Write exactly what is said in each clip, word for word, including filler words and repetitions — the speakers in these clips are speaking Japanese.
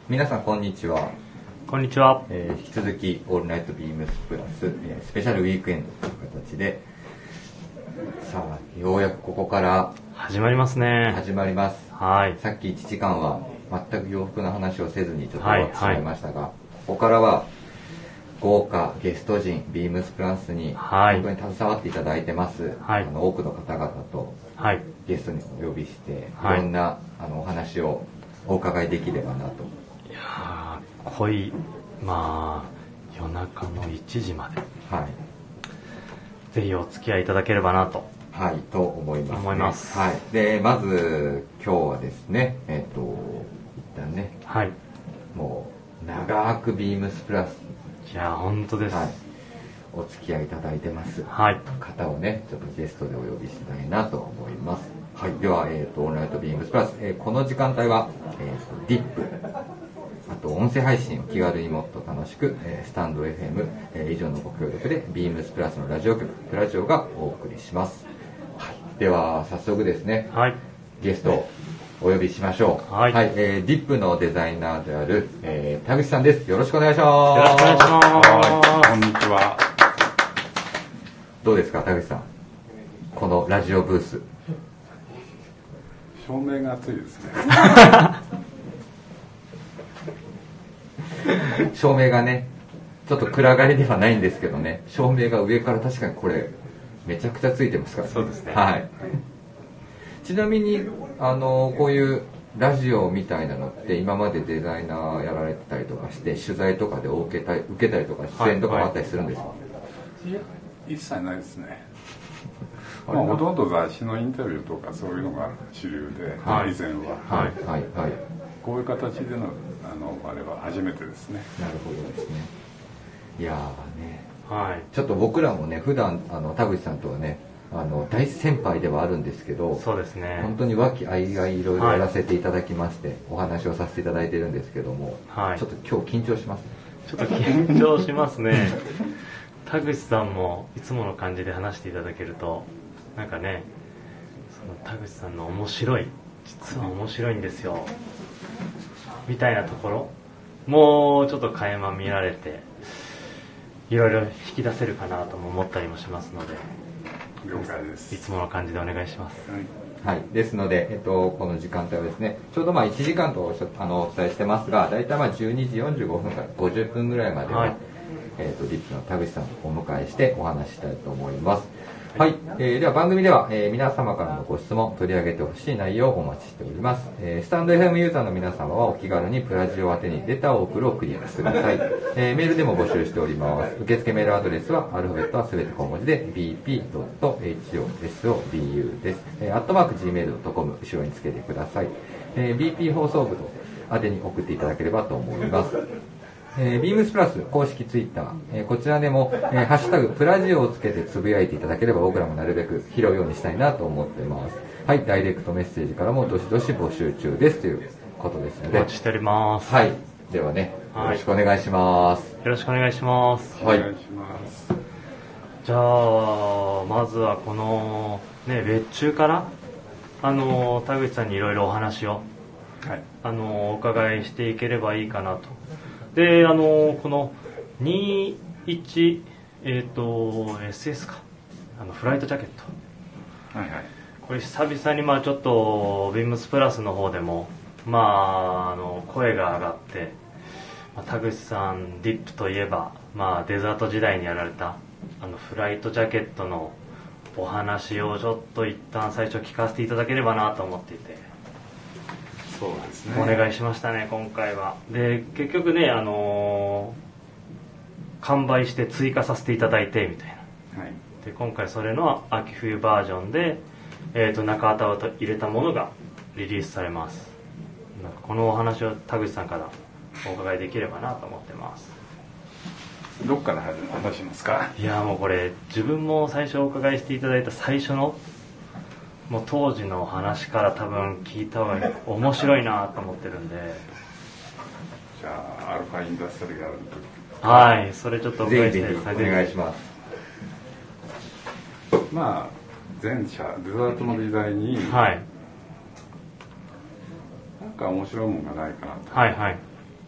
皆さんこんにちは。 こんにちは。 えー、引き続きオールナイトビームスプラス、えー、スペシャルウィークエンドという形で、さあようやくここから始まりますね。 始まります。 はい。 さっきいちじかんは全く洋服の話をせずにちょっと終わってしまいましたが、 はいはい、 ここからは豪華ゲスト陣ビームスプラスに本当に携わっていただいてます、はい、あの多くの方々とゲストにお呼びして、はい、いろんなあのお話をお伺いできればなと。 いやー、濃い、まあ夜中のいちじまで、はい、ぜひお付き合いいただければなと。 はい、と思います、ね。 思います。 はい。で、まず今日はですね、えっ、ー、と一旦ね、はい、もう長くビームスプラス、 いや本当です、はい、 お付き合いいただいてます、 はい、 方をね、ちょっとゲストでお呼びしたいなと思います。はい。では、えっ、ー、とオールナイトビームスプラス、えー、この時間帯は、えー、とディップ。あと音声配信を気軽にもっと楽しく、えー、スタンド エフエム、えー、以上のご協力でビームスプラスのラジオ局プラジオがお送りします。はい、では早速ですね、はい、ゲストをお呼びしましょう。はい、はい、えー、ディップのデザイナーである、えー、田口さんです。よろしくお願いします。 よろしくお願いします。 はい、こんにちは。 どうですか、田口さん、このラジオブース。 照明が熱いですね。 照明がね、ちょっと暗がりではないんですけどね、照明が上から確かにこれめちゃくちゃついてますからね。 そうですね。 はい。ちなみにあのこういうラジオみたいなのって今までデザイナーやられてたりとかして取材とかで受けたり受けたりとか出演とかもあったりするんですか？ いや、一切ないですね。まあ、ほとんど雑誌のインタビューとかそういうのが主流で、はい、以前は、 はいはいはい、 こういう形でのあのあれは初めてですね。 なるほどですね。いやーね、 はい、 ちょっと僕らもね普段あの田口さんとはねあの大先輩ではあるんですけど、 そうですね、 本当に和気あいあいいろいろやらせていただきまして、はい、お話をさせていただいてるんですけども、はい、ちょっと今日緊張します。 ちょっと緊張しますね。田口さんもいつもの感じで話していただけるとなんかね、その田口さんの面白い、実は面白いんですよみたいなところもうちょっと垣間見られていろいろ引き出せるかなとも思ったりもしますので、 了解です。 いつもの感じでお願いします。 はい、はい、ですので、えっと、この時間帯はですね、ちょうどまあいちじかんとあのお伝えしてますが、だいたいまあじゅうにじよんじゅうごふんからごじゅっぷんぐらいまでは、はい、えっと、ディップの田口さんをお迎えしてお話ししたいと思います。はい、えー、では番組では、えー、皆様からのご質問、取り上げてほしい内容をお待ちしております。えー、スタンド エフエム ユーザーの皆様はお気軽にプラジオ宛てにレターを送るをクリックしてください。えー、メールでも募集しております。受付メールアドレスはアルファベットはすべて小文字で ビーピードットエイチオーエスオービーユー です。えー、アットマーク ジーメールドットコム 後ろにつけてください。えー、ビーピー 放送部と宛てに送っていただければと思います。えー、ビームスプラス公式ツイッター、えー、こちらでも、えー、ハッシュタグプラジオをつけてつぶやいていただければ僕らもなるべく拾うようにしたいなと思っています。はい、ダイレクトメッセージからもどしどし募集中ですということですので、 お待ちしております。 はい、ではね、よろしくお願いします。 はい、よろしくお願いします。 はい、 お願いします。 じゃあまずはこのね別注からあの田口さんにいろいろお話を、はい、あのお伺いしていければいいかなと。で、あのこのにじゅういち、えっと エスエス か、あのフライトジャケット、はいはい、これ久々にまあちょっとビームスプラスの方でもまああの声が上がって、まあ、田口さんディップといえば、まあ、デザート時代にやられたあのフライトジャケットのお話をちょっと一旦最初聞かせていただければなと思っていて。 そうですね、 お願いしましたね今回は。で結局ね、あのー、完売して追加させていただいてみたいな、はい、で今回それの秋冬バージョンで、えー、と中綿を入れたものがリリースされます。なんかこのお話を田口さんからお伺いできればなと思ってます。 どっから話しますか？ いやもうこれ自分も最初お伺いしていただいた最初のもう当時の話から多分聞いた方が面白いなと思ってるんで、 じゃあアルファインダストリアルの時、 はい、それちょっとお伺いしてぜひぜひお願いします。 まあ前者デザートの時代に、 はい、 なんか面白いものがないかなと、 はいはい、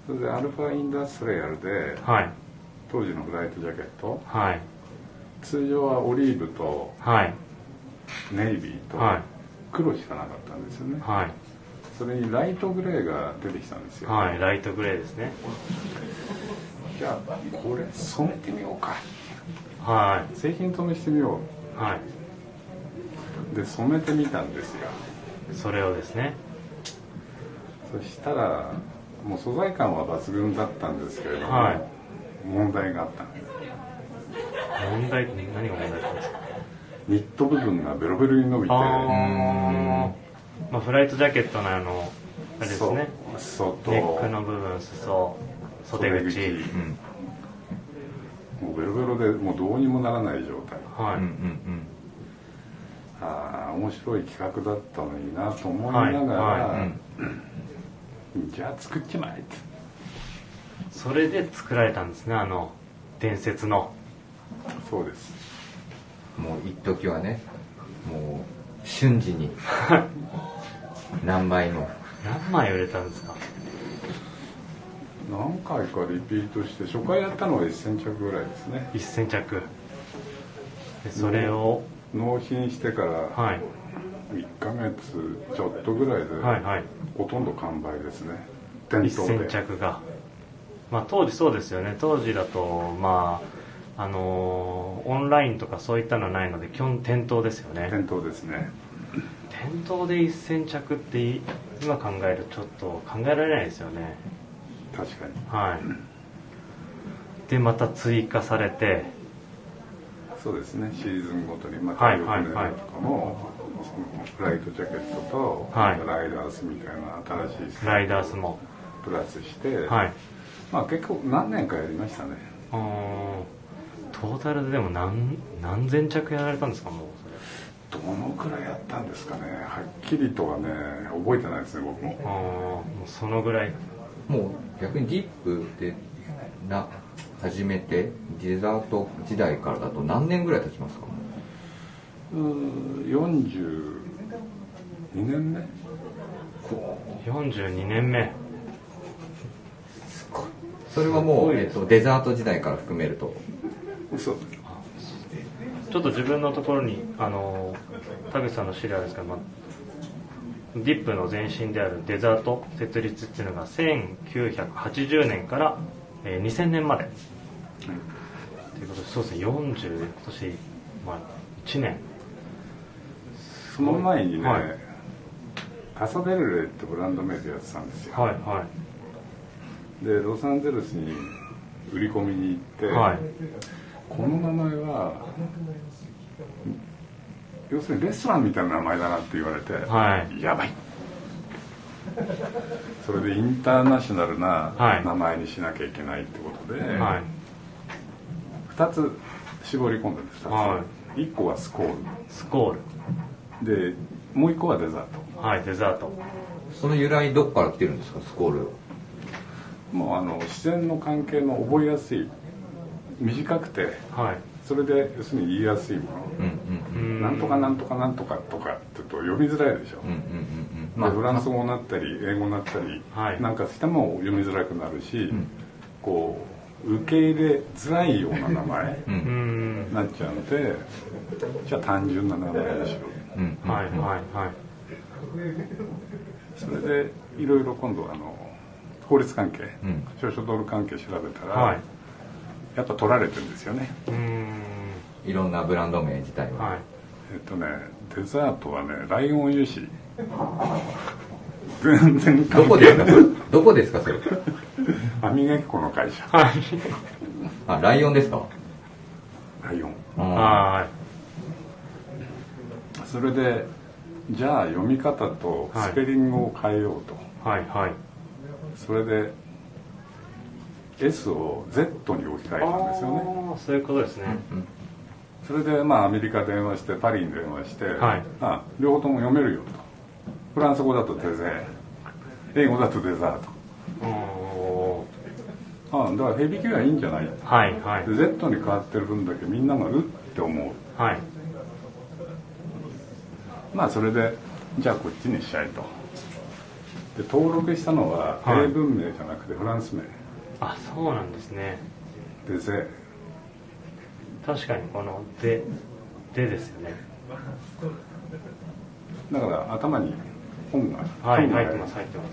それでアルファインダストリアルで、 はい、 当時のフライトジャケット、 はい、 通常はオリーブとはいネイビーと黒しかなかったんですよね、 はい、 それにライトグレーが出てきたんですよ、 はい、ライトグレーですね。 じゃあこれ染めてみようか、 は製品染めしてみよい、はい、 うで染めてみたんですよ。 それをですね。 そしたらもう素材感は抜群だったんですけれども、 はい、 問題があったんです。 問題って何が問題だったんですか？ ニット部分がベロベロに伸びて、 あー、まあ、フライトジャケットのあのあれですね、 裾とネックの部分、裾、袖口、 袖口、うん、もうベロベロでもうどうにもならない状態、 はい、うんうんうん、 ああ面白い企画だったのになと思いながら、はいはい、うん、じゃあ作っちまえって、 それで作られたんですね、あの伝説の。 そうです。 もう一時はね、もう瞬時に何枚も何枚売れたんですか？ 何回かリピートして、初回やったのはせん着ぐらいですね。 せん着で、それを納品してからいっかげつちょっとぐらいで、はいはい、ほとんど完売ですね、店頭で。 せん着が、まあ、当時そうですよね。当時だとまああのー、オンラインとかそういったのはないので基本店頭ですよね。 店頭ですね。 店頭でせん着って今考えるとちょっと考えられないですよね。 確かに。 はい。でまた追加されて、 そうですね、シーズンごとにまた翌年とかもフライトジャケットと、はい、ライダースみたいな新しいライダースもプラスして、 はい、 まあ結構何年かやりましたね。 あトータルででも 何, 何千着やられたんですか？もうそれどのくらいやったんですかね、はっきりとはね覚えてないですね、僕も。 あもうそのぐらい。 もう逆にディップでな始めてデザート時代からだと何年ぐらい経ちますか？ うーよんじゅうにねんめ。 よんじゅうにねんめ。 それはもう、えっと、デザート時代から含めると。 そう。 ちょっと自分のところにあの田口さんの資料ですけど、まあ、ディップの前身であるデザート設立っていうのがせんきゅうひゃくはちじゅうねんから、えー、にせんねんまで、うん、ということで、そうですね、よんじゅう、今年、まあ、いちねん。 その前にね、 はい、 カサデルレってブランド名でやってたんですよ。 はいはい。 でロサンゼルスに売り込みに行って、はい、この名前は要するにレストランみたいな名前だなって言われて、はい、やばいそれでインターナショナルな名前にしなきゃいけないってことで、はい、ふたつ絞り込んだんです。ふたつ、はい、いっこはスコールスコールで、もういっこはデザート。 はい、デザート。 その由来どこから来てるんですか？スコール。 もうあの自然の関係の覚えやすい、短くて、はい、それで要するに言いやすいもの、うんうんうん、なんとかなんとかなんとかとかってと読みづらいでしょ、うんうんうん、まあ、フランス語になったり英語になったり、はい、なんかしても読みづらくなるし、うん、こう受け入れづらいような名前になっちゃうので、じゃあ単純な名前にしよう、うんうん、はいはいはい。それでいろいろ今度あの法律関係、うん、商書道路関係調べたら、はい、やっぱ取られてるんですよね。 うーん、いろんなブランド名自体は、はい、 えっとねデザートはねライオン油脂全然関係ない。 どこですかそれ？ 歯磨き粉の会社。 あ、ライオンですか？ ライオン。 はい。 それでじゃあ読み方とスペリングを変えようと。 はいはい。 それで S を Z に置き換えたんですよね。 そういうことですね。 うん、それでまあアメリカ電話してパリに電話して、はい、あ両方とも読めるよと。フランス語だとデゼ、英語だとデザート。ああだから響きはいいんじゃない、はいはい、で Z に変わってる分だけみんながうって思う、はい、まあそれでじゃあこっちにしちゃえと。 で登録したのは英文名じゃなくてフランス名、 あ、そうなんですね。 でぜ確かにこのででですよね。 だから頭に本がはい入ってます入ってます。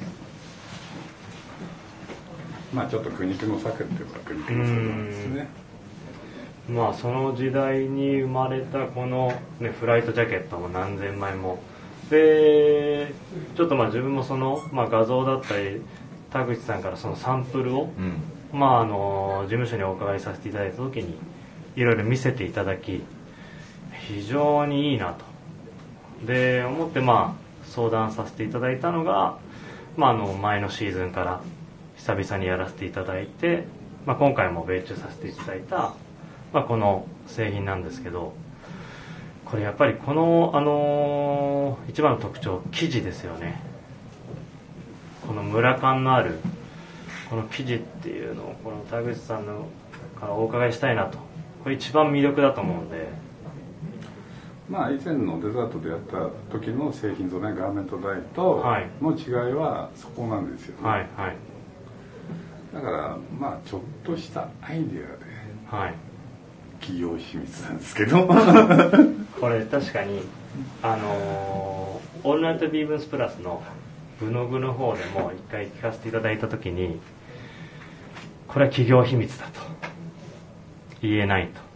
まあちょっと苦肉の策っていうか苦肉の策なんですね。 まあその時代に生まれたこの、ね、フライトジャケットも何千枚もで、ちょっとまあ自分もその、まあ、画像だったり田口さんからそのサンプルを、うん、まああの事務所にお伺いさせていただいた時にいろいろ見せていただき非常にいいなとで思ってまあ相談させていただいたのが、まあ、あの前のシーズンから久々にやらせていただいて、まあ、今回も別注させていただいた、まあ、この製品なんですけど、これやっぱりこの、あのー、一番の特徴生地ですよね。このムラ感のあるこの生地っていうのをこの田口さんのからお伺いしたいなと。これ一番魅力だと思うんで、 まあ以前のデザートでやった時の製品とねガーメントダイとの違いはそこなんですよね、 はいはい、 だからまあちょっとしたアイデアで、はい、企業秘密なんですけどこれ確かにあのー、オールナイトビームスプラスのブログの方でも一回聞かせていただいた時にこれは企業秘密だと言えないと。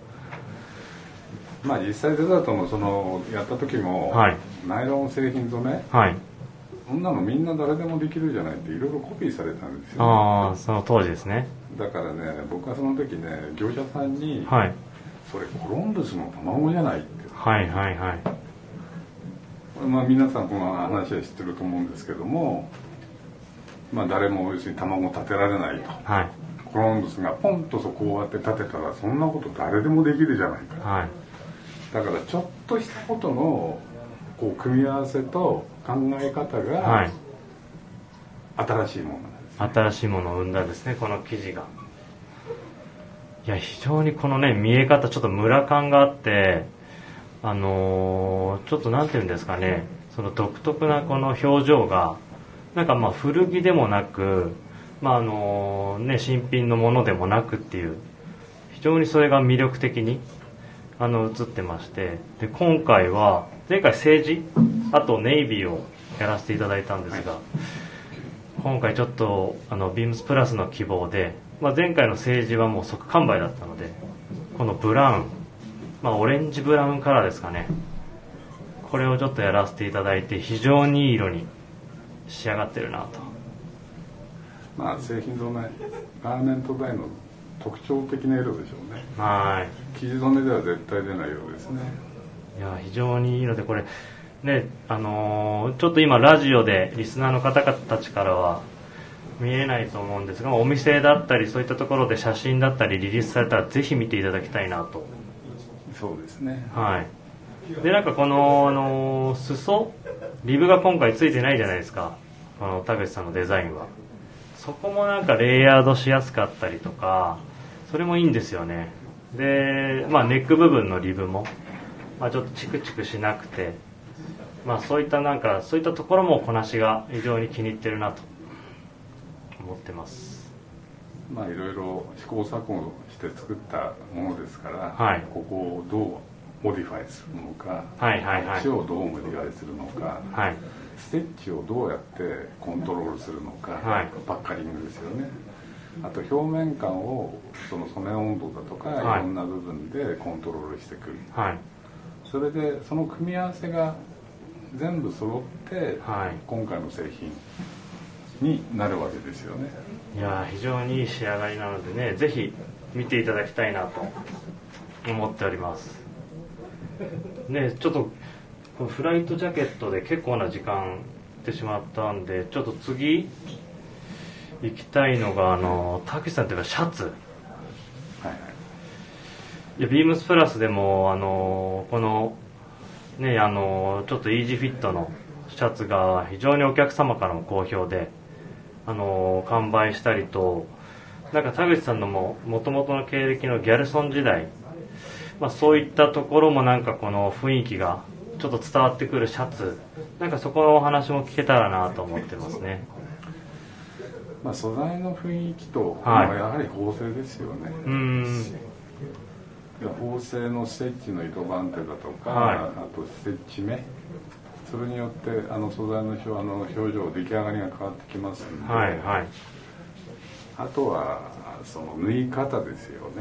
まあ実際デザートのそのやった時も、はい、ナイロン製品とね、はい、そんなのみんな誰でもできるじゃないっていろいろコピーされたんですよ、ね、 ああその当時ですね。 だからね僕はその時ね業者さんに、はい、それコロンブスの卵じゃないってはいはいはいまあ皆さんこの話は知ってると思うんですけども、まあ誰も要するに卵を立てられないと、はい、コロンブスがポンとそこを当て立てたらそんなこと誰でもできるじゃないか、はい、だからちょっとしたことのこう組み合わせと考え方が、はい、新しいものなんです、 ね、新しいものを生んだですねこの生地が。いや非常にこのね見え方ちょっとムラ感があってあのー、ちょっとなんていうんですかねその独特なこの表情がなんかまあ古着でもなくまああのね新品のものでもなくっていう非常にそれが魅力的にあの映ってまして、で今回は前回政治あとネイビーをやらせていただいたんですが、はい、今回ちょっとあのビームスプラスの希望で、まあ、前回の政治はもう即完売だったのでこのブラウン、まあ、オレンジブラウンカラーですかね、これをちょっとやらせていただいて非常にいい色に仕上がってるなと。 まあ製品染めガーメントダイの特徴的な色でしょうね。はい生地染めでは絶対出ない色ですね。 いや非常にいいのでこれねあのー、ちょっと今ラジオでリスナーの方々たちからは見えないと思うんですがお店だったりそういったところで写真だったりリリースされたらぜひ見ていただきたいなと。 そうですねはいでなんかこの、あのー、裾リブが今回ついてないじゃないですかこの田口さんのデザインは。そこもなんかレイヤードしやすかったりとかそれもいいんですよね。で、まあ、ネック部分のリブも、まあ、ちょっとチクチクしなくて、まあ、そういったなんかそういったところもこなしが非常に気に入ってるなと思ってます。 まあいろいろ試行錯誤して作ったものですから、はい、ここをどうモディファイするのか、はいはいはい、足をどうモディファイするのか、はい、ステッチをどうやってコントロールするのか、はい、バッカリングですよね。あと表面感をその染め温度だとか、はい、いろんな部分でコントロールしてくる、はい、それでその組み合わせが全部揃って、はい、今回の製品になるわけですよね。 いや非常にいい仕上がりなのでねぜひ見ていただきたいなと思っておりますね。ちょっとこのフライトジャケットで結構な時間いってしまったんでちょっと次行きたいのがあの田口さんというかシャツ、はいはい、いやビームスプラスでもあのこのねあのちょっとイージーフィットのシャツが非常にお客様からも好評であの完売したりとなんか田口さんのもともとの経歴のギャルソン時代、まあ、そういったところもなんかこの雰囲気がちょっと伝わってくるシャツ、なんかそこのお話も聞けたらなと思ってますね。 まあ、素材の雰囲気と、 はい、 まあ、やはり縫製ですよね。 うん、 縫製のステッチの糸番手だとか、 はい、 あとステッチ目、それによってあの素材の表、あの表情、出来上がりが変わってきますので、 はいはい、 あとはその縫い方ですよね。 うん、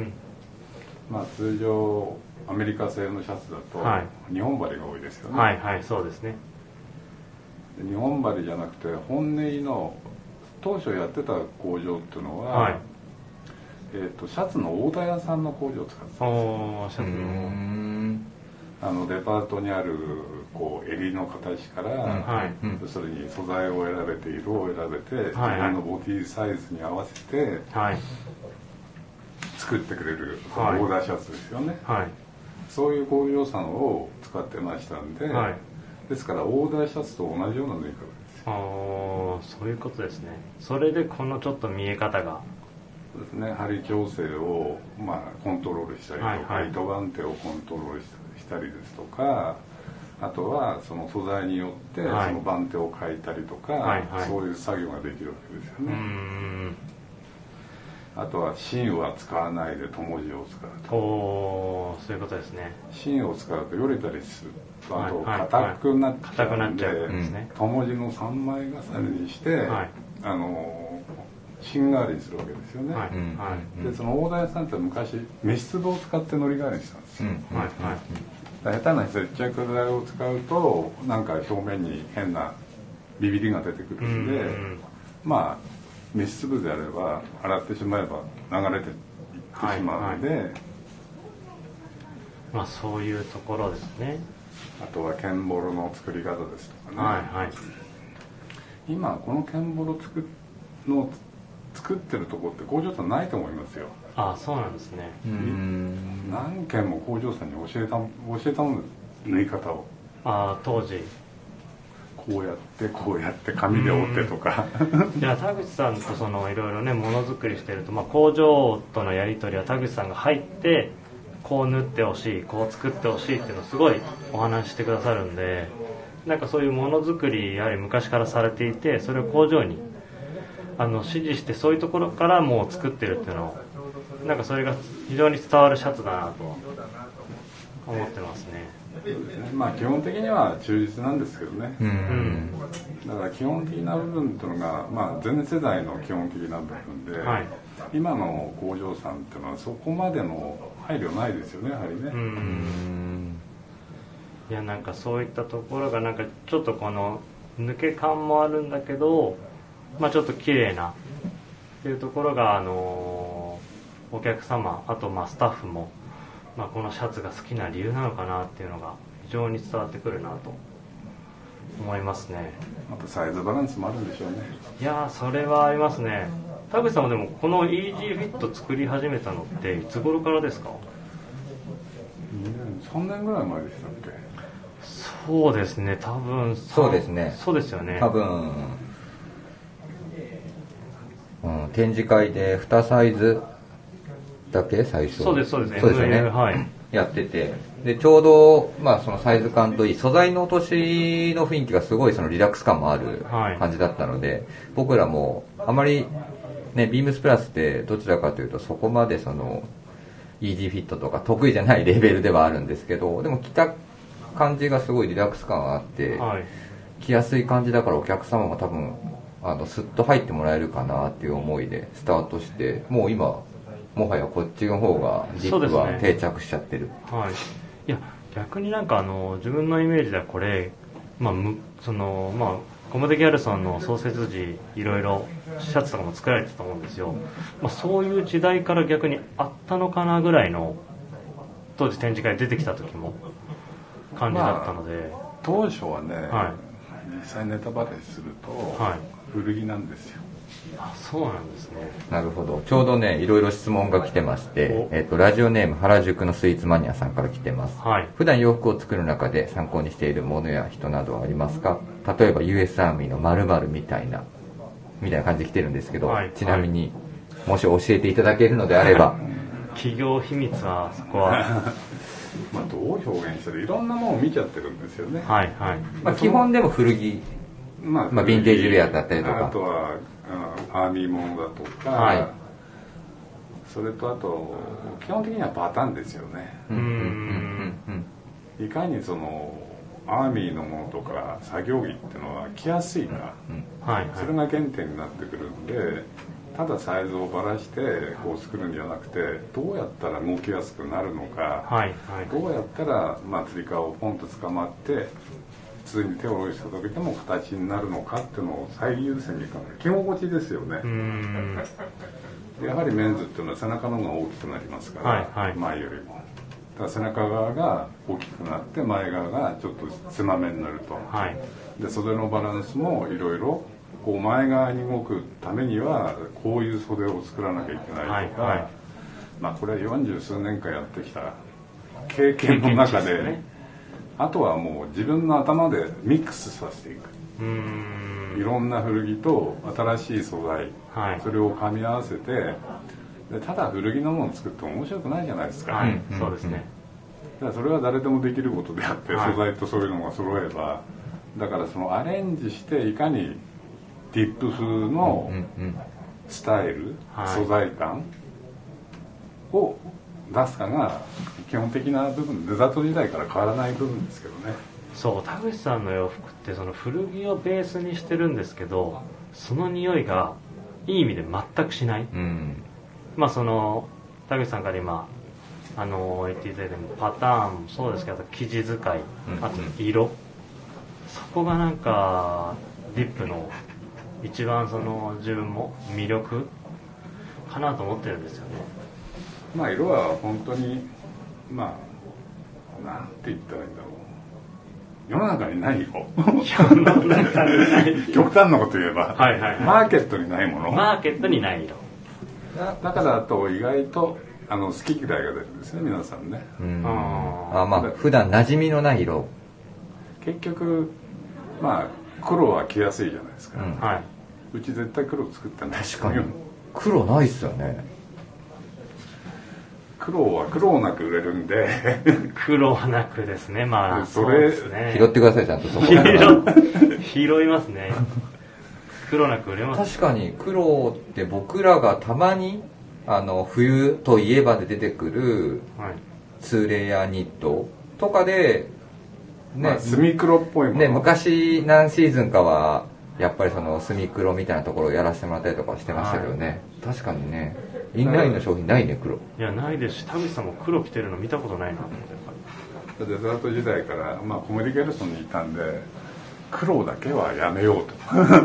まあ、通常アメリカ製のシャツだと、はい、日本針が多いですよね。 はいはい、そうですね。 日本針じゃなくて本縫いの当初やってた工場っていうのは、はい、えー、とシャツのオーダー屋さんの工場を使ってたんですよ。シャツのあのデパートにあるこう襟の形から、はい、要するに素材を選べて色を選べて、はいはい、自分のボディサイズに合わせて、はい、作ってくれるそのオーダーシャツですよね、はい、そういう工場さんを使ってましたんで、はい、ですからオーダーシャツと同じような縫い方です。 ああ、そういうことですね。それでこのちょっと見え方が、 そうですね、針調整を、まあ、コントロールしたりとか、はいはい、糸番手をコントロールしたりですとか、あとはその素材によってその番手を変えたりとか、はいはいはい、そういう作業ができるわけですよね。うん、あとは芯は使わないで友字を使うと。 お、そういうことですね。 芯を使うとよれたりすると、あと硬くなっちゃうんで、友字のさんまい重ねにして、はい、あの芯代わりにするわけですよね、はいはい、でその大田屋さんって昔メシ粒を使ってのり代わりにしたんですよ、うんはいはい、下手な接着剤を使うとなんか表面に変なビビりが出てくるんで、うん、まあメシ粒であれば洗ってしまえば流れていってしまうので、はいはい、 まあそういうところですね。 あとはケンボロの作り方ですとかね、 はいはい、 今このケンボロ作の作ってるとこって工場さんないと思いますよ。 ああ、そうなんですね。 うん、何件も工場さんに教えた教えたもの縫い方を。 ああ、当時こうやってこうやって紙で折ってとか。 いや、田口さんとそのいろいろねものづくりしてると、まあ、工場とのやり取りは田口さんが入ってこう縫ってほしい、こう作ってほしいっていうのをすごいお話ししてくださるんで、なんかそういうものづくりやはり昔からされていて、それを工場にあの指示してそういうところからもう作ってるっていうのを、なんかそれが非常に伝わるシャツだなと思ってますね。 そうですね、まあ基本的には忠実なんですけどね、うんうん、だから基本的な部分っていうのが、まあ、前世代の基本的な部分で、はい、今の工場さんっていうのはそこまでの配慮ないですよね、やはりね。うん、 いや、なんかそういったところがなんかちょっとこの抜け感もあるんだけど、まあ、ちょっと綺麗なっていうところが、あのー、お客様、あとまあスタッフも、まあ、このシャツが好きな理由なのかなっていうのが非常に伝わってくるなと思いますね。 あとサイズバランスもあるんでしょうね。 いやー、それはありますね。田口さんもでもこのイージーフィット作り始めたのっていつ頃からですか？ さんねんぐらい前でしたっけ？ そうですね、多分そうですね。 そうですよね。 多分、うん、展示会でにサイズだけ最初。 そうですそうですね。 そうですよね。はい。やってて、でちょうどまあそのサイズ感といい、素材の落としの雰囲気がすごいそのリラックス感もある感じだったので、はい、僕らもあまりねビームスプラスってどちらかというとそこまでそのイージーフィットとか得意じゃないレベルではあるんですけど、でも着た感じがすごいリラックス感があって、はい、着やすい感じだからお客様も多分あのスッと入ってもらえるかなっていう思いでスタートして、もう今もはやこっちの方がジップは定着しちゃってる、ね、 はい、いや逆になんかあの自分のイメージではこれ、まあ、むそのまあコモデ・ギャルソンの創設時いろいろシャツとかも作られてたと思うんですよ、まあ、そういう時代から逆にあったのかなぐらいの当時展示会出てきた時も感じだったので、 まあ、当初はね、はい、実際ネタバレすると、はい、古着なんですよ。 あ、そうなんですね。 なるほど。ちょうどねいろいろ質問が来てまして、えっと、ラジオネーム原宿のスイーツマニアさんから来てます、はい、普段洋服を作る中で参考にしているものや人などはありますか？例えば ユーエス アーミーの〇〇みたいなみたいな感じで来てるんですけど、はい、ちなみに、はい、もし教えていただけるのであれば企業秘密はそこはまあ、どう表現したらいろんなものを見ちゃってるんですよね。 はいはい。 まあ、基本でも古着、まあ、まあ、ヴィンテージウェアだったりとか、 あとはアーミーものだとか、はい、それとあと基本的にはパターンですよね。うんうんうんうん、いかにそのアーミーのものとか作業着っていうのは着やすいか、うんはいはい、それが原点になってくるんで、ただサイズをばらしてこう作るんじゃなくて、どうやったら動きやすくなるのか、はいはい、どうやったら、まあ、つり革をポンと捕まって普通に手を下ろした時でも形になるのかっていうのを最優先に考える。着心地ですよね。うんやはりメンズっていうのは背中の方が大きくなりますから、はいはい、前よりも。だから背中側が大きくなって前側がちょっとつまめになると、はい、で袖のバランスもいろいろこう前側に動くためにはこういう袖を作らなきゃいけないとか、はいはい、まあこれはよんじゅうすうねんかんやってきた経験の中で、ね、あとはもう自分の頭でミックスさせていく。うーんいろんな古着と新しい素材、はい、それを噛み合わせて、でただ古着のものを作っても面白くないじゃないですか、はい、 そうですね。 だからそれは誰でもできることであって、はい、素材とそういうのが揃えば、だからそのアレンジしていかにディップ風のスタイル、はい、素材感を出すかが基本的な部分、デザート時代から変わらない部分ですけどね。 そう、田口さんの洋服ってその古着をベースにしてるんですけど、その匂いがいい意味で全くしない、うん、まあその田口さんから今あの言っていただいたパターンもそうですけど、生地使い、あと色、うん、そこがなんかディップの一番その自分も魅力かなと思ってるんですよね。 まあ色は本当にまあなんて言ったらいいんだろう、世の中にない色世の中にない極端なこと言えば、はいはいはい、マーケットにないもの、 マーケットにない色だ, だからあと意外とあの好き嫌いが出るんですね、皆さんね。うんああまあ普段馴染みのない色、 結局まあ黒は着やすいじゃないですか、うんはい、うち絶対黒作ってない。 確かに黒ないっすよね。 黒は苦労なく売れるんで苦労なくですね。まあそれそうですね、 拾ってください、ちゃんとそこ拾いますね。黒なく売れます。 確かに黒って僕らがたまにあの冬といえばで出てくるツーレイヤーニットとかでね、まあ、スミ黒っぽいもの、 ね、昔何シーズンかはやっぱりそのスミ黒みたいなところをやらせてもらったりとかしてましたけどね、はい、確かにねインラインの商品ないね黒。 いやないですし、田口さんも黒着てるの見たことないなと思って。 デザート時代から、まあ、コメディ・ゲルソンにいたんで黒だけはやめようと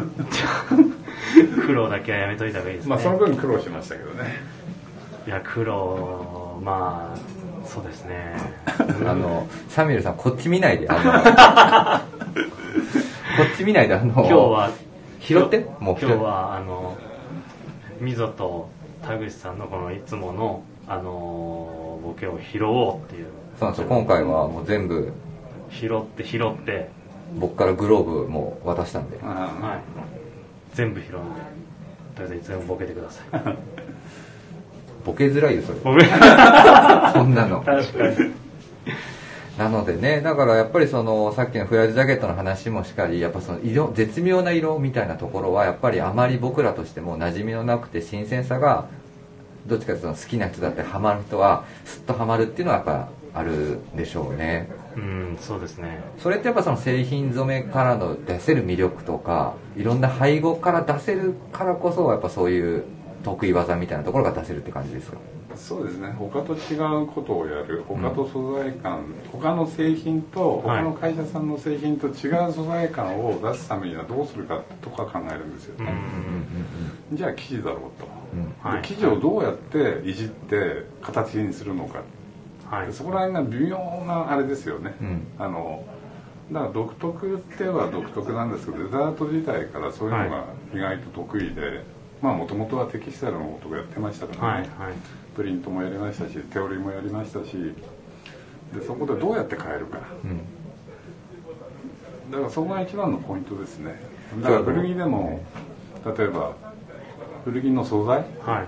黒だけはやめといた方がいいですね。 まあその分苦労しましたけどね。 いや黒まあそうですねあのサミュエルさんこっち見ないで、あのこっち見ないで、あの今日は拾ってもう今日はあの溝と田口さんのこのいつものあのボケを拾おうっていう。 そうなんですよ、今回はもう全部拾って拾って僕からグローブも渡したんで、はい、全部拾うんでとりあえずいつでもボケてください。 ボケづらいよそれそんなの確かに。 なのでね、だからやっぱりそのさっきのフライドジャケットの話もしかり、やっぱその色絶妙な色みたいなところはやっぱりあまり僕らとしても馴染みのなくて、新鮮さがどっちかというと好きな人だってハマる人はスッとハマるっていうのはやっぱあるでしょうね。 うん、そうですね。 それってやっぱその製品染めからの出せる魅力とか、いろんな配合から出せるからこそやっぱそういう得意技みたいなところが出せるって感じですか？ そうですね。他と違うことをやる、他と素材感、うん、他の製品と他の会社さんの製品と違う素材感を出すためにはどうするかとか考えるんですよね。じゃあ生地だろうと、うん、で生地をどうやっていじって形にするのか、はい、そこら辺が微妙なあれですよね、うん、あのだから独特っては独特なんですけど、デザート自体からそういうのが意外と得意で、はい、まあもともとはテキスタイルのことをやってましたからね、はいはい、プリントもやりましたし、手織りもやりましたし、でそこでどうやって変えるか、うん、だからそこが一番のポイントですね。だから古着でも例えば古着の素材、はい、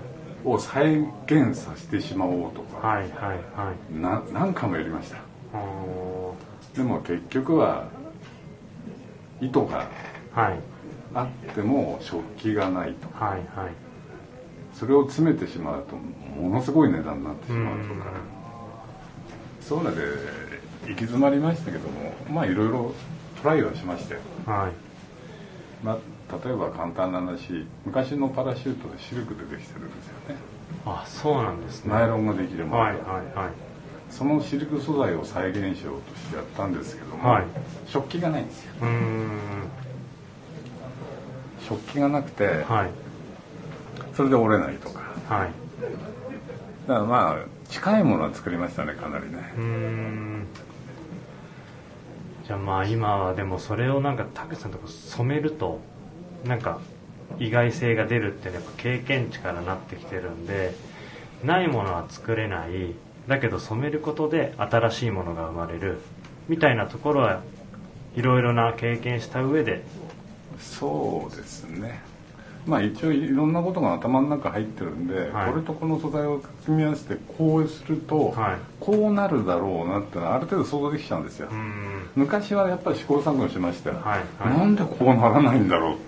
を再現させてしまおうとか、 はいはいはい、 な何回もやりました。でも結局は糸があっても食器がないとか、はいはい、それを詰めてしまうとものすごい値段になってしまうとか、そういうので行き詰まりましたけども、まあいろいろトライはしまして、はい、まあ、例えば簡単な話、昔のパラシュートでシルクでできてるんですよね。 あ、そうなんですね。 ナイロンができるもの、はいはいはい、 そのシルク素材を再現しようとしてやったんですけども、はい、食器がないんですよ。うーん、食器がなくて、はい、それで折れないとか、はい、だからまあ近いものは作りましたね、かなりね。うーん、 じゃあまあ今はでもそれをなんか田口さんとか染めるとなんか意外性が出るってやっぱ経験値からなってきてるんで、ないものは作れない、だけど染めることで新しいものが生まれるみたいなところはいろいろな経験した上で。 そうですね、まあ一応いろんなことが頭の中入ってるんで、はい、これとこの素材を組み合わせてこうすると、はい、こうなるだろうなってのはある程度想像できちゃうんですよ。昔はやっぱり試行錯誤しましたよ、はいはい、なんでこうならないんだろうって、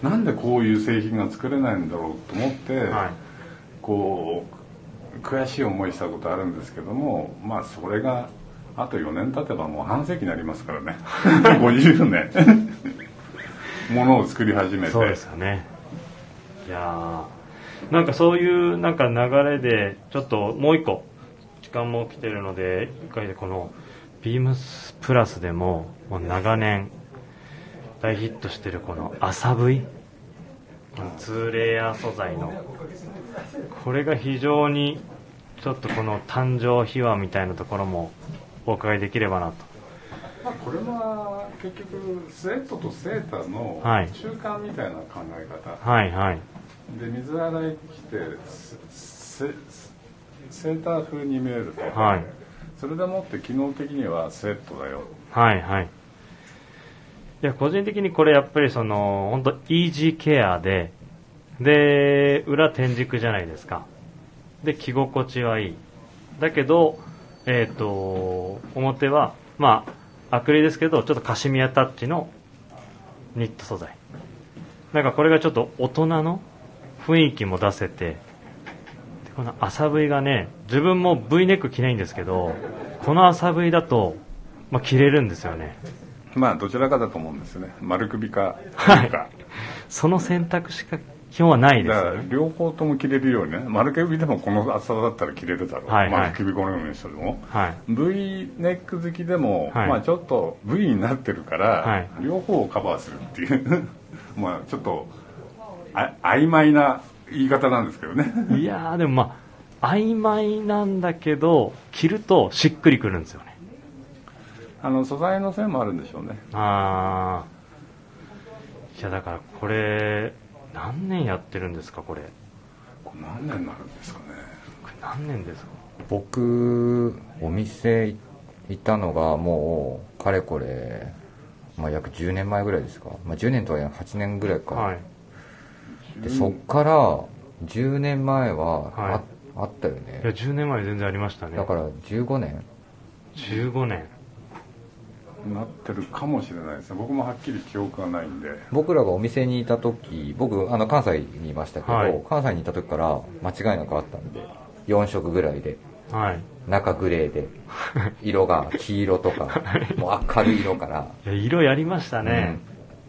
なんでこういう製品が作れないんだろうと思って、はい、こう悔しい思いしたことあるんですけども、まあそれがあとよねん経てばもう半世紀になりますからねごじゅうねんものを作り始めて。 そうですよね。いやー、なんかそういうなんか流れでちょっともう一個時間も来てるので、一回でこのビームスプラスでももう長年大ヒットしてるこの麻ブイ、ツーレイヤー素材のこれが非常にちょっとこの誕生秘話みたいなところもお伺いできればなと。 まあ、これは結局スウェットとセーターの中間みたいな考え方、はいはい、で水洗いしてセ, セーター風に見えると、はい、それでもって機能的にはスウェットだよ。 はいはい。いや個人的にこれやっぱりその本当イージーケアで、で裏天竺じゃないですか。で着心地はいい。だけどえっと表はまあアクリルですけどちょっとカシミヤタッチのニット素材。なんかこれがちょっと大人の雰囲気も出せて、でこの麻 V がね、自分も V ネック着ないんですけど、この麻 V だと、まあ、着れるんですよね。 まあどちらかだと思うんですね。丸首か首か、はい、 その選択しか基本はないです、ね、 だから両方とも着れるようにね、丸首でもこの厚さだったら着れるだろう、はいはい、丸首このようにしても、はい、V ネック好きでも、はい、まあちょっと V になってるから、はい、両方をカバーするっていうまあちょっとあ曖昧な言い方なんですけどねいやーでもまあ曖昧なんだけど着るとしっくりくるんですよね。 あの素材のせいもあるんでしょうね。 ああ、いやだからこれ何年やってるんですかこれ。 これ何年になるんですかね。 これ何年ですか。 僕お店行ったのがもうかれこれ、まあ、約じゅうねんまえぐらいですか、まあ、じゅうねんとははちねんぐらいか、はい、でそっからじゅうねんまえは あ,、はい、あったよね。 いやじゅうねんまえ全然ありましたね。 だからじゅうごねんじゅうごねんなってるかもしれないですね。僕もはっきり記憶がないんで。 僕らがお店にいた時、僕あの関西にいましたけど、はい、関西にいた時から間違いなくあったんでよんしょくぐらいで、はい、中グレーで色が黄色とかもう明るい色からいや色やりましたね、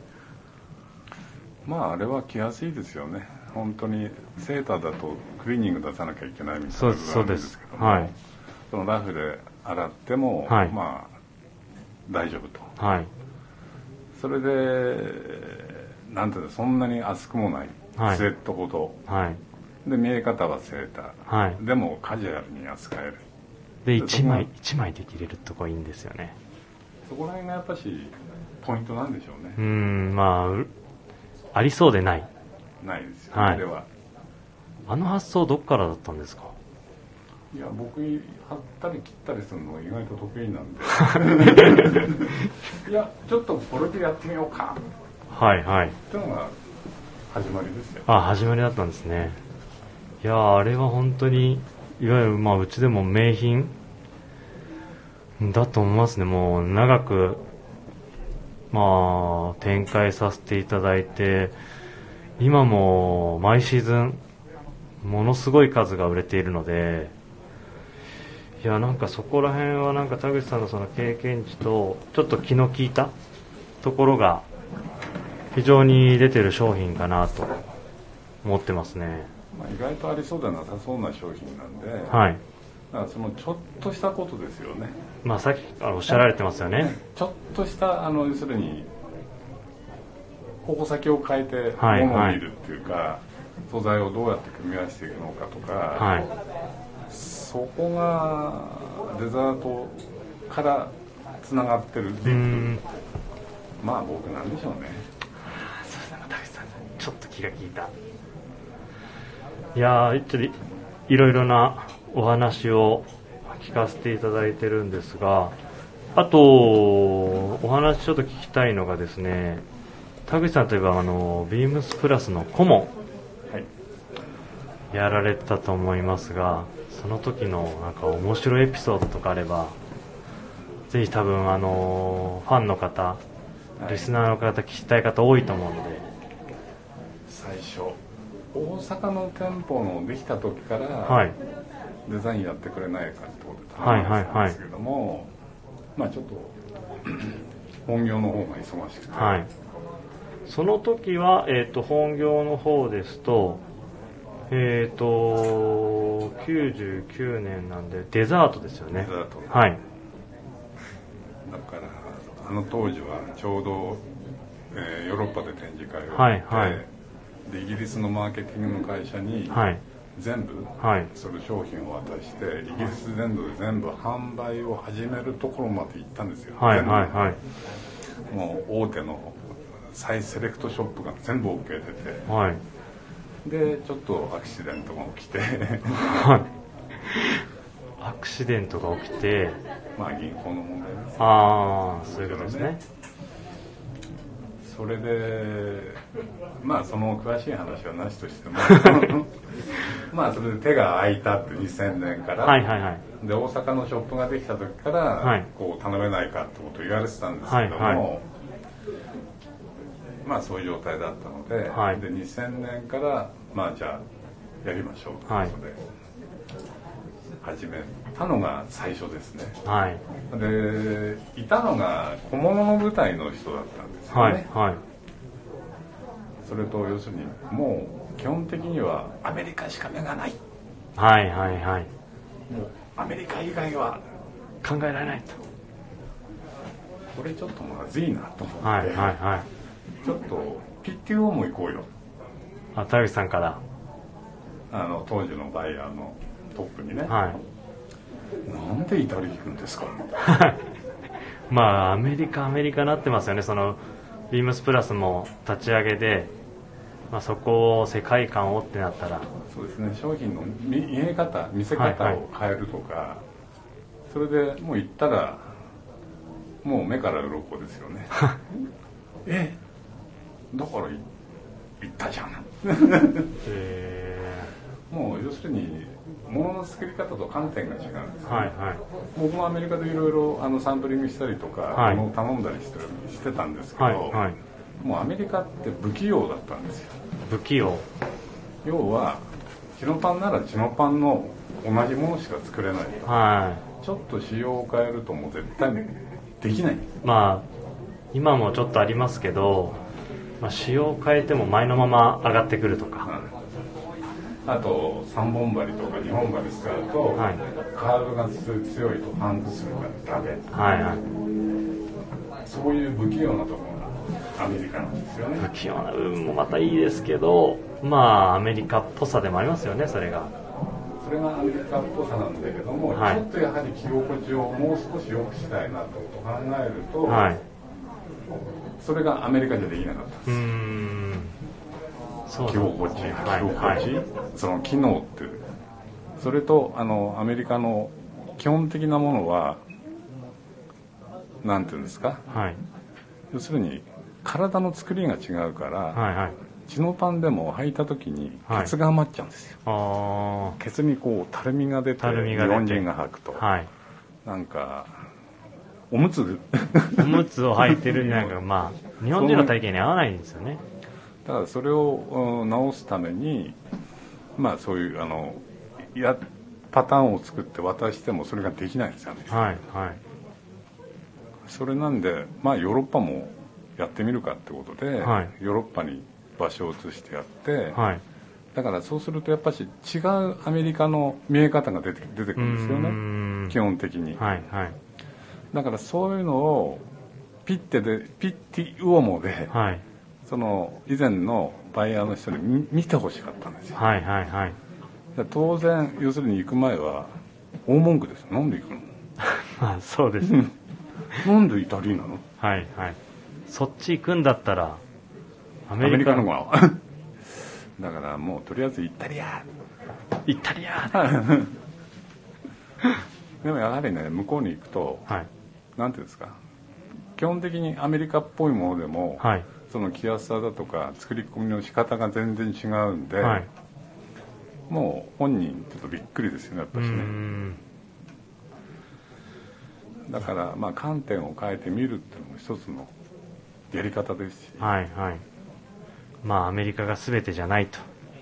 うん、まああれは着やすいですよね。本当にセーターだとクリーニング出さなきゃいけないみたいなのがあるんですけども、はい、そのラフで洗っても、はい、まあ大丈夫と、はい、それでなんていうのそんなに厚くもない、はい、スウェットほど、はい、で見え方はセーター、はい、でもカジュアルに扱えるでいちまいいちまいで着れるとこいいんですよね。 そこら辺がやっぱしポイントなんでしょうね。 うーんまあありそうでないないですよね、はい、ではあの発想どっからだったんですか。 いや僕貼ったり切ったりするのが意外と得意なんでいやちょっとこれでやってみようかはいはいっていうのが始まりですよ。 あ始まりだったんですね。 いやあれは本当にいわゆるまあうちでも名品だと思いますね。もう長くまあ展開させていただいて、今も毎シーズンものすごい数が売れているので、いやなんかそこら辺はなんか田口さんのその経験値とちょっと気の利いたところが非常に出てる商品かなと思ってますね。 まあ、意外とありそうでなさそうな商品なんで、 はい、 だからそのちょっとしたことですよね。 まあさっきからおっしゃられてますよね。 ちょっとしたあの要するに矛先を変えてはい物を見るっていうか、はい、素材をどうやって組み合わせていくのかとか、はい、そこがデザートからつながってるっていう、まあ僕なんでしょうね。 そうですね、田口さんちょっと気が利いた。いやーちょっといろいろなお話を聞かせていただいてるんですが、あとお話ちょっと聞きたいのがですね、田口さんといえばあのビームスプラスの顧問、はい、やられてたと思いますが、その時のなんか面白いエピソードとかあればぜひ多分あのファンの方、はい、リスナーの方聞きたい方多いと思うので。 最初大阪の店舗のできた時から、 はい、 デザインやってくれないかってことで頼んでたんですけども、はいはいはい、まあちょっと本業の方が忙しくて、はい、 その時は、えーと、本業の方ですと、えーときゅうじゅうきゅうねんなんでデザートですよね。 デザート、 はい、 だからあの当時はちょうど、えー、ヨーロッパで展示会をやって、 はいはい、 でイギリスのマーケティングの会社に全部その商品を渡して、はい、イギリス全土で全部販売を始めるところまで行ったんですよ。はいはいはい、もう大手の再セレクトショップが全部 OK 出て、はい、でちょっとアクシデントが起きてアクシデントが起きて、 まあ銀行の問題です、ね、 ああそういうことですね。 それでまあその詳しい話はなしとしてもまあそれで手が空いたってにせんねんから、はいはいはい、で大阪のショップができた時から、はい、こう頼めないかってことを言われてたんですけども、はいはい、まあそういう状態だったので、はい、でにせんねんからまあじゃあやりましょうということで、はい、始めたのが最初ですね。はい、でいたのが小物の舞台の人だったんですよね。はいはい、それと要するにもう基本的にはアメリカしか目がない。 はいはいはい。 もうアメリカ以外は考えられないと。 これちょっとまずいなと思って、 はいはいはい、 ちょっとピッティオも行こうよ。 あ、田口さんからあの当時のバイヤーのトップにね。はい。なんでイタリア行くんですかまあアメリカアメリカなってますよね。そのビームスプラスも立ち上げで、まあ、そこを世界観をってなったらそうですね、商品の見え方見せ方を変えるとか、はいはい、それでもう行ったらもう目から鱗ですよねえだから行ったじゃんえー、もう要するに物の作り方と観点が違うんですよ、ね、はいはい、僕もアメリカでいろいろあのサンプリングしたりとか、はい、物を頼んだりしてしてたんですけど、はいはい、もうアメリカって不器用だったんですよ。 不器用、 要はチノパンならチノパンの同じものしか作れないと、はい、ちょっと仕様を変えるともう絶対できない。 まあ今もちょっとありますけど、まあ、仕様を変えても前のまま上がってくるとか、はい、 あとさんぼん針とかにほん針使うと、はい、カーブが強いとパンクするからダメ、はいはい、そういう不器用なところがアメリカなんですよね。 不器用な部分もまたいいですけど、まあアメリカっぽさでもありますよね。それがそれがアメリカっぽさなんだけども、はい、ちょっとやはり着心地をもう少し良くしたいなと考えると、はい、それがアメリカじゃできなかったです。うーん、そう着心地、着心地、はい、その機能っていう、それとあのアメリカの基本的なものはなんていうんですか、はい、要するに体の作りが違うから、 はいはい、 チノパンでも履いた時にケツが余っちゃうんですよ、はい、ケツにこうたるみが出て日本人が履くと、はい、なんかおむつおむつを履いてるなんかまあ日本人の体型に合わないんですよね。 だからそれを直すためにまあそういうあのやパターンを作って渡してもそれができないんですよね。はいはい。それなんでまあヨーロッパもやってみるかってことで、はい、ヨーロッパに場所を移してやって、はい、だからそうするとやっぱし違うアメリカの見え方が出て出てくるんですよね、基本的に、はいはい、だからそういうのをピッテでピッティウオモで、はい、その以前のバイヤーの人に 見, 見てほしかったんですよ、はいはいはい、当然要するに行く前は大文句です。なんで行くのまあそうですなんでイタリーなの、 はいはい、そっち行くんだったらアメリカのがだからもうとりあえずイタリアイタリアでもやはりね向こうに行くと、はい、なんていうんですか、基本的にアメリカっぽいものでも、はい、その着やすさだとか作り込みの仕方が全然違うんで、はい、もう本人ちょっとびっくりですよねやっぱしね。だからまあ観点を変えてみるっていうのも一つのやり方ですし、 はいはい、まあアメリカが全てじゃないと。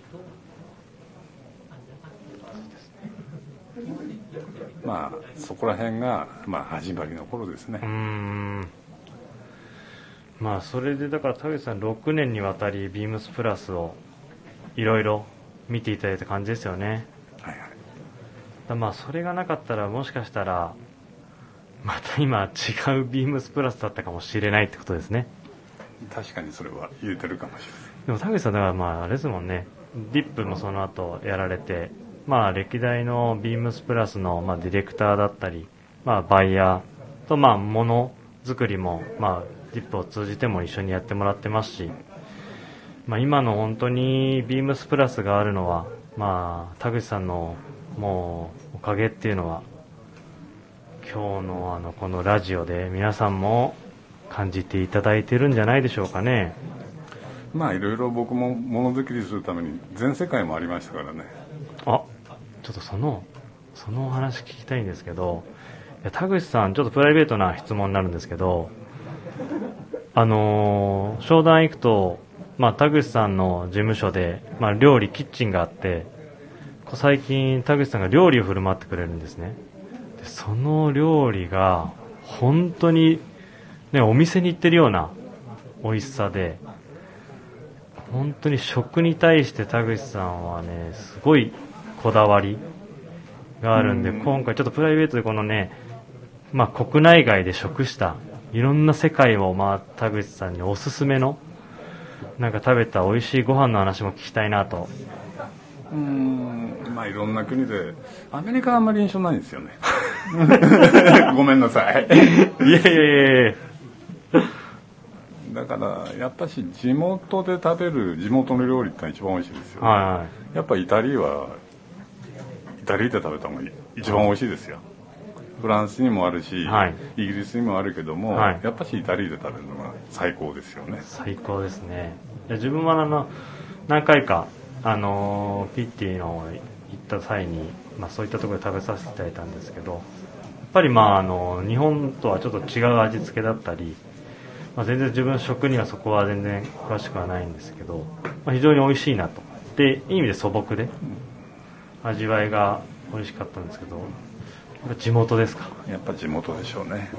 まあそこら辺がまあ始まりの頃ですね。うーん、 まあそれでだから田口さんろくねんにわたりビームスプラスをいろいろ見ていただいた感じですよね。はいはい。だまあそれがなかったらもしかしたらまた今違うビームスプラスだったかもしれないってことですね。 確かにそれは言えてるかもしれない。 でも田口さんだからまああれですもんね、ディップもその後やられて、まあ歴代のビームスプラスのまあディレクターだったり、まあバイヤーとまあものづくりもまあディップを通じても一緒にやってもらってますし、まあ今の本当にビームスプラスがあるのはまあ田口さんのもうおかげっていうのは今日のあのこのラジオで皆さんも感じていただいてるんじゃないでしょうかね。 まあいろいろ僕もものづくりするために全世界もありましたからね。 あ、ちょっとそのそのお話聞きたいんですけど、いや田口さんちょっとプライベートな質問になるんですけど、あのー、商談行くと、まあ、田口さんの事務所で、まあ、料理キッチンがあって、最近田口さんが料理を振る舞ってくれるんですね。でその料理が本当にね、お店に行ってるような美味しさで、本当に食に対して田口さんはねすごいこだわりがあるんで、今回ちょっとプライベートでこのね、まあ、国内外で食したいろんな世界を回った田口さんにおすすめのなんか食べた美味しいご飯の話も聞きたいなと。 うーん、まあいろんな国でアメリカはあんまり印象ないんですよねごめんなさいいやいやいやいやだからやっぱし地元で食べる地元の料理って一番美味しいですよね、はいはい、やっぱイタリーはイタリーで食べた方が一番美味しいですよ。フランスにもあるし、はい、イギリスにもあるけども、はい、やっぱしイタリーで食べるのが最高ですよね。 最高ですね。自分はあの何回かあのピッティの行った際に、まあ、そういったところで食べさせていただいたんですけど、やっぱりまああの日本とはちょっと違う味付けだったり、まあ、全然自分食にはそこは全然詳しくはないんですけど、まあ、非常に美味しいなと。でいい意味で素朴で味わいが美味しかったんですけど、やっぱ地元ですか。 やっぱ地元でしょうね。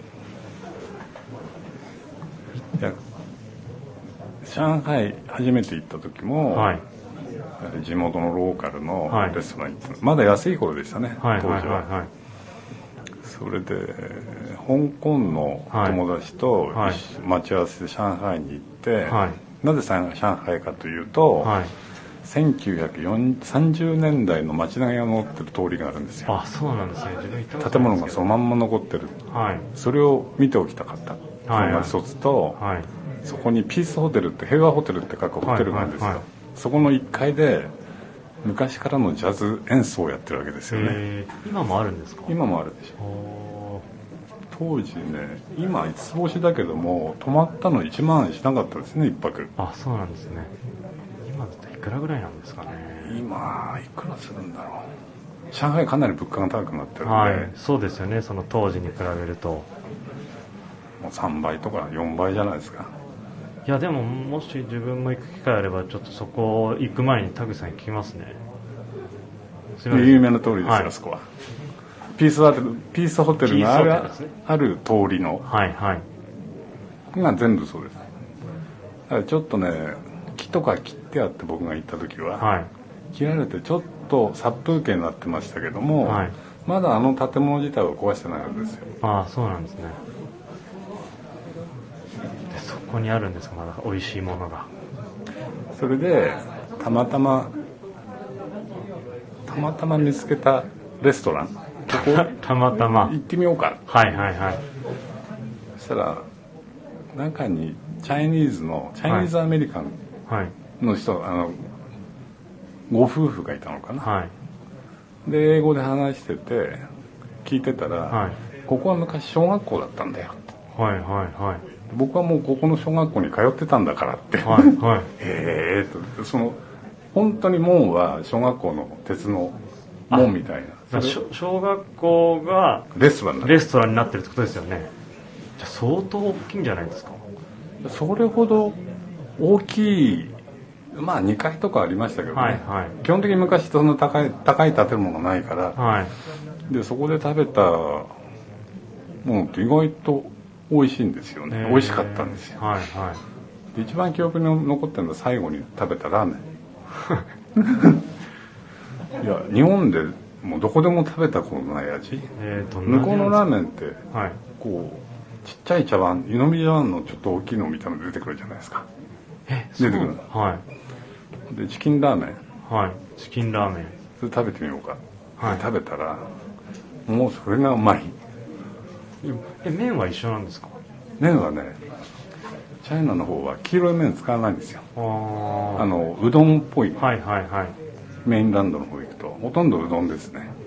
いや上海初めて行った時も、はい、地元のローカルのレストランに行った、はい、まだ安い頃でしたね、はい、当時は、はいはいはい、それで香港の友達と待ち合わせで上海に行って、はい、なぜ上海かというと、はい、せんきゅうひゃくさんじゅうねんだいの街並みが残ってる通りがあるんですよ。 あ、そうなんですね。自分行ったことないんですけど、 建物がそのまんま残ってる、はい、それを見ておきたかったのが一つと、はいはい、そこにピースホテルって平和ホテルって書くホテルなんですよ、はいはいはい、そこのいっかいで昔からのジャズ演奏をやってるわけですよね。 今もあるんですか。 今もあるでしょ。 当時ね、今五つ星だけども泊まったのいちまんえんしなかったですね、一泊。 あ、そうなんですね。今だといくらぐらいなんですかね。 今いくらするんだろう。上海かなり物価が高くなってるんで、 はい、そうですよね。その当時に比べるともうさんばいとかよんばいじゃないですか。 いやでももし自分も行く機会あればちょっとそこ行く前に田口さんに聞きますね。 す有名な通りですよ、はい、あそこはピースホテル、ピースホテルがある、ね、ある通りの、 はいはい、 が全部そうです。だからちょっとね、木とか切ってあって僕が行った時は、はい、切られてちょっと殺風景になってましたけども、はい、まだあの建物自体は壊してないはずですよ。 ああ、そうなんですね。でそこにあるんですか、まだ美味しいものが。 それでたまたまたまたま見つけたレストラン、ここたまたま行ってみようか。 はいはいはい。 そしたら中にチャイニーズのチャイニーズアメリカンの人、はい、あのご夫婦がいたのかな、はい、で英語で話してて聞いてたら、はい、ここは昔小学校だったんだよって、はいはいはい、僕はもうここの小学校に通ってたんだからって、はいはい、へえと、その本当に門は小学校の鉄の門みたいな、 小学校がレストランレストランになってるってことですよね。じゃあ相当大きいんじゃないですか。 それほど大きい、まあにかいとかありましたけどね、はいはい、基本的に昔そんな高い高い建物がないから、はい、でそこで食べたものって意外と美味しいんですよね。美味しかったんですよ、はいはい、で一番記憶に残ってるのは最後に食べたラーメンいや日本でもうどこでも食べたことない味、えー、向こうのラーメンって、はい、こうちっちゃい茶碗、湯飲み茶碗のちょっと大きいのみたいなの出てくるじゃないですか。 え出てくる、 はい、 でチキンラーメン、 はい、チキンラーメンそれ食べてみようか、はい、食べたらもうそれがうまい。 え麺は一緒なんですか。 麺はね、チャイナの方は黄色い麺使わないんですよ。ああのうどんっぽい、はいはいはい、メインランドの方行くとほとんどうどんですね。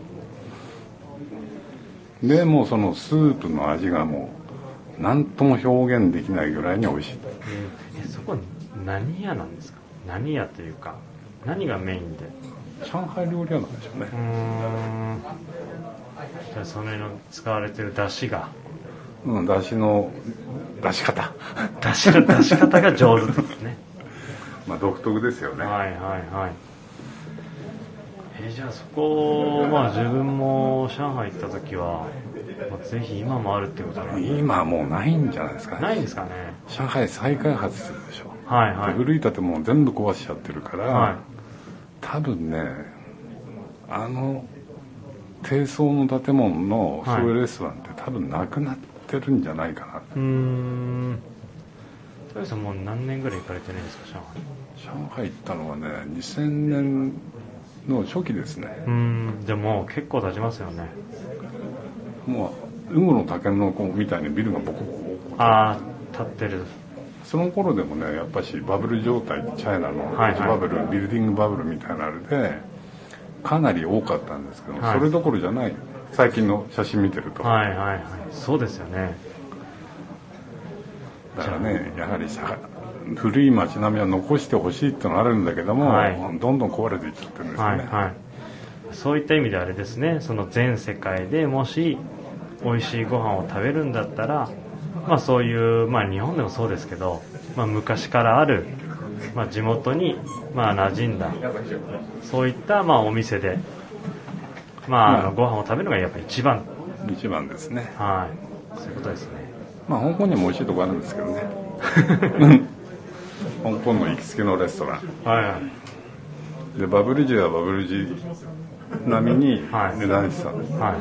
でもうそのスープの味がもう何とも表現できないぐらいに美味しい。 えそこ何屋なんですか。何屋というか何がメインで。 上海料理屋なんでしょうね。うーん、 じゃあその辺の使われてる出汁が、 うん、出汁の出し方出汁の出し方が上手ですねまあ独特ですよね。 はいはいはい。えー、じゃあそこ、まあ自分も上海行った時は、まあ、ぜひ今もあるってことなんで。 今はもうないんじゃないですかね。 ないんですかね。 上海再開発するでしょ。 はいはい。 古い建物全部壊しちゃってるから、はい、多分ね、あの低層の建物のそういうレストランって多分なくなってるんじゃないかな。うーん。 田口さんもう何年ぐらい行かれてないんですか、上海。上海行ったのはね、にせんねんの初期ですね。 うーん、でも結構経ちますよね。 もうウゴの竹の子みたいにビルがボコボコ。 ああ、立ってる。 その頃でもね、やっぱしバブル状態、チャイナのバブル、はいはい、ビルディングバブルみたいなあれでかなり多かったんですけど、はい、それどころじゃない。最近の写真見てると。 はいはいはい、そうですよね。 だからね、やはりさ古い街並みは残してほしいってのがあるんだけども、はい、どんどん壊れていっちゃってるんですよね。はいはい、 そういった意味であれですね、その全世界でもし美味しいご飯を食べるんだったら、まあそういう、まあ日本でもそうですけど、まあ昔からある、まあ地元に、まあ馴染んだ、そういったまあお店で、まあ、あのご飯を食べるのがやっぱり一番。 一番ですね。 はい。そういうことですね。 まあ香港にも美味しいとこあるんですけどね。香港の行きつけのレストラン。はいはい。でバブル時はバブル時並みに値段したんです。はい。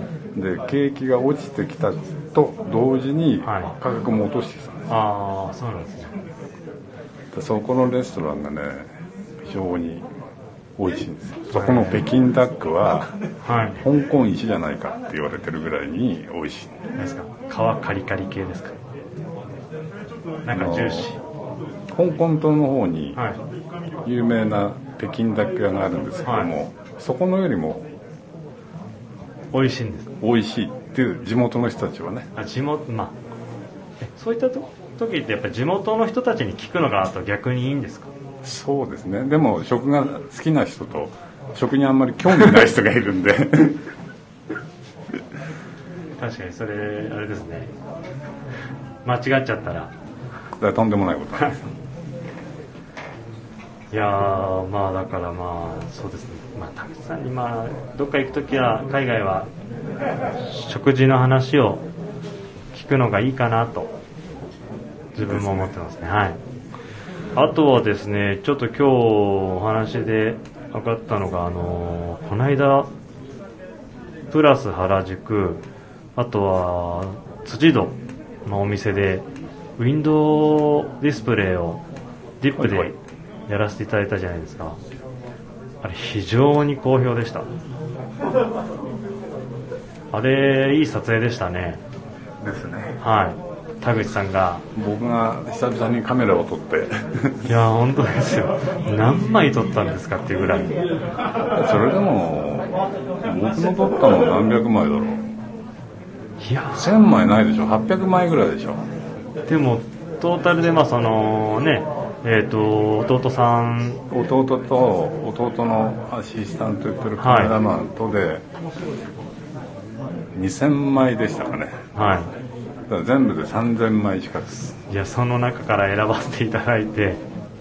で景気が落ちてきたと同時に価格も落としてきたんです。 ああ、そうなんですね。 でそこのレストランがね、非常に美味しいんですよ。そこの北京ダックは、はい、香港一じゃないかって言われてるぐらいに美味しい。 何ですか？皮カリカリ系ですか？なんかジューシー。香港島の方に有名な北京ダック屋があるんですけども、はい、そこのよりも美味しいんです。 美味しいってっていう地元の人たちはね。 あ、地元、まあそういった時ってやっぱり地元の人たちに聞くのがあと逆にいいんですか？ そうですね。でも食が好きな人と食にあんまり興味ない人がいるんで確かにそれあれですね、間違っちゃったらだからとんでもないことなんですいやー、まあだからまあそうですね、まあ田口さんにまあどっか行くときは海外は食事の話を聞くのがいいかなと自分も思ってますね。はい。あとはですね、ちょっと今日お話で分かったのが、あのこの間プラス原宿、あとは辻堂のお店でウィンドウディスプレイをディップでやらせていただいたじゃないですか。あれ非常に好評でした。あれいい撮影でしたね。 ですね。 はい。田口さんが僕が久々にカメラを撮っていや本当ですよ。何枚撮ったんですかっていうぐらい。 それでも僕の撮ったの何百枚だろう。 いやせんまいないでしょ。はっぴゃくまいぐらいでしょ。 でもトータルでまあそのねえー、と弟さん弟と弟のアシスタントやってるカメラマンとで、はい、にせんまいでしたかね。 はい。 だから全部でさんぜんまい近く。 いやその中から選ばせていただいて、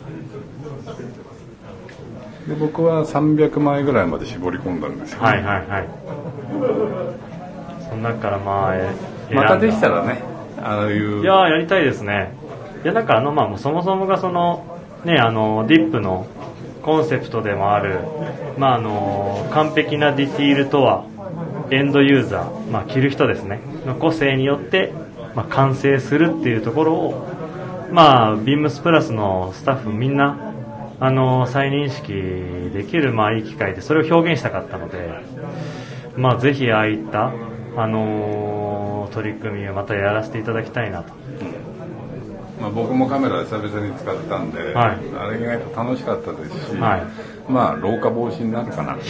で僕はさんびゃくまいぐらいまで絞り込んだんですよ、ね。 はいはいはい。その中からまあまたでしたらね、ああいういややりたいですね。いやなんかあのまあそもそもがそのねあのディップのコンセプトでもあるまああの完璧なディティールとはエンドユーザー、まあ、着る人ですねの個性によって、まあ、完成するっていうところをまあビームスプラスのスタッフみんなあの再認識できるまあいい機会でそれを表現したかったので、まあぜひああいったあの取り組みをまたやらせていただきたいなと。 まあ、僕もカメラ久々に使ったんで、はい、あれ意外と楽しかったですし、はい、まあ老化防止になるかな。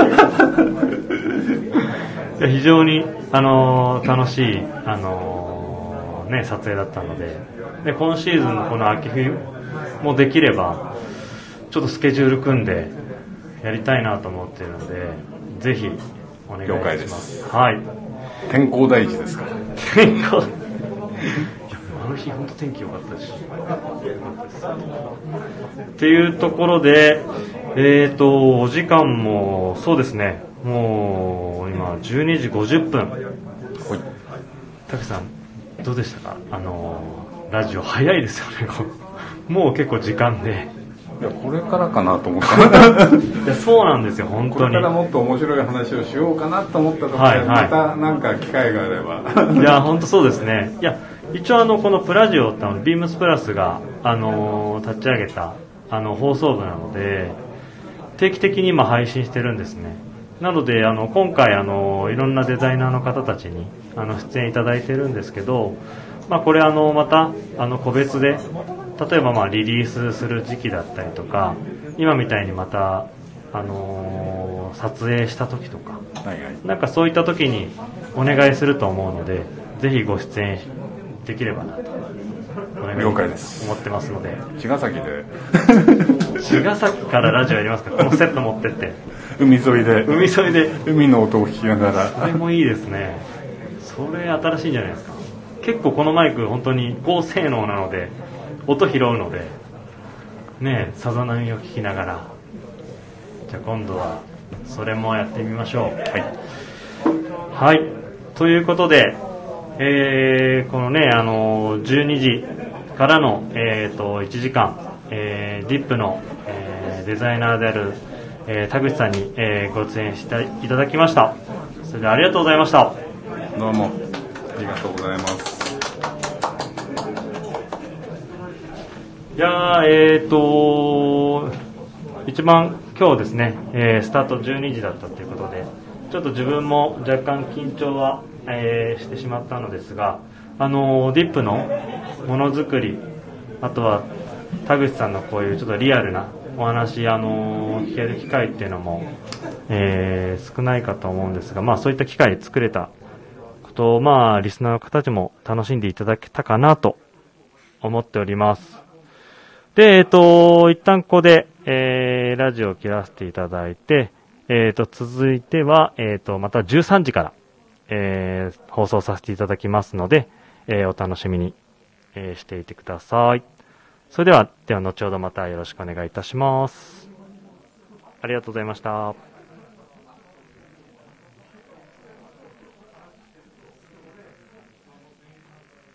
いや非常に、あのー、楽しい、あのーね、撮影だったので、で今シーズンのこの秋冬もできればちょっとスケジュール組んでやりたいなと思っているのでぜひお願いします。 了解です。 はい。 天候大事ですから。 天候あの日本当天気良かったしっていうところでえっとお時間もそうですねもう今じゅうにじごじゅっぷん。たけさんどうでしたか？あのラジオ早いですよね。もう結構時間でいやこれからかなと思ったいやそうなんですよ本当に。 これからもっと面白い話をしようかなと思ったところで、はいはい、またなんか機会があればいや本当そうですね。いや一応あのこのプラジオってのビームスプラスがあの立ち上げたあの放送部なので定期的に今配信してるんですね。なのであの今回あのいろんなデザイナーの方たちにあの出演いただいてるんですけど、まあ、これあのまたあの個別で例えばまあリリースする時期だったりとか今みたいにまたあのー、撮影した時とか、はいはい、なんかそういった時にお願いすると思うのでぜひご出演できればなと了解です思ってますので茅ヶ崎で茅ヶ崎からラジオやりますか？このセット持ってって海沿いで海沿いで海の音を聞きながらそれもいいですね。それ新しいんじゃないですか。結構このマイク本当に高性能なので音拾うのでねさざ波を聞きながらじゃあ今度はそれもやってみましょう。はい、はい、ということで、えー、このねあのじゅうにじからの、えー、といちじかん、えー、ディップの、えー、デザイナーである、えー、田口さんに、えー、ご出演していただきました。それではありがとうございました。 どうもありがとうございます。 いやーえーと一番今日ですね、えー、スタートじゅうにじだったということでちょっと自分も若干緊張は、えー、してしまったのですがあのー、ディップのものづくりあとは田口さんのこういうちょっとリアルなお話、あのー、聞ける機会っていうのも、えー、少ないかと思うんですが、まあ、そういった機会作れたことと、まあ、リスナーの方たちも楽しんでいただけたかなと思っております。で、えっと、一旦ここで、えー、ラジオを切らせていただいて、えっと、続いては、えっと、またじゅうさんじから、えー、放送させていただきますので、えー、お楽しみに、えー、していてください。それでは、では後ほどまたよろしくお願いいたします。ありがとうございました。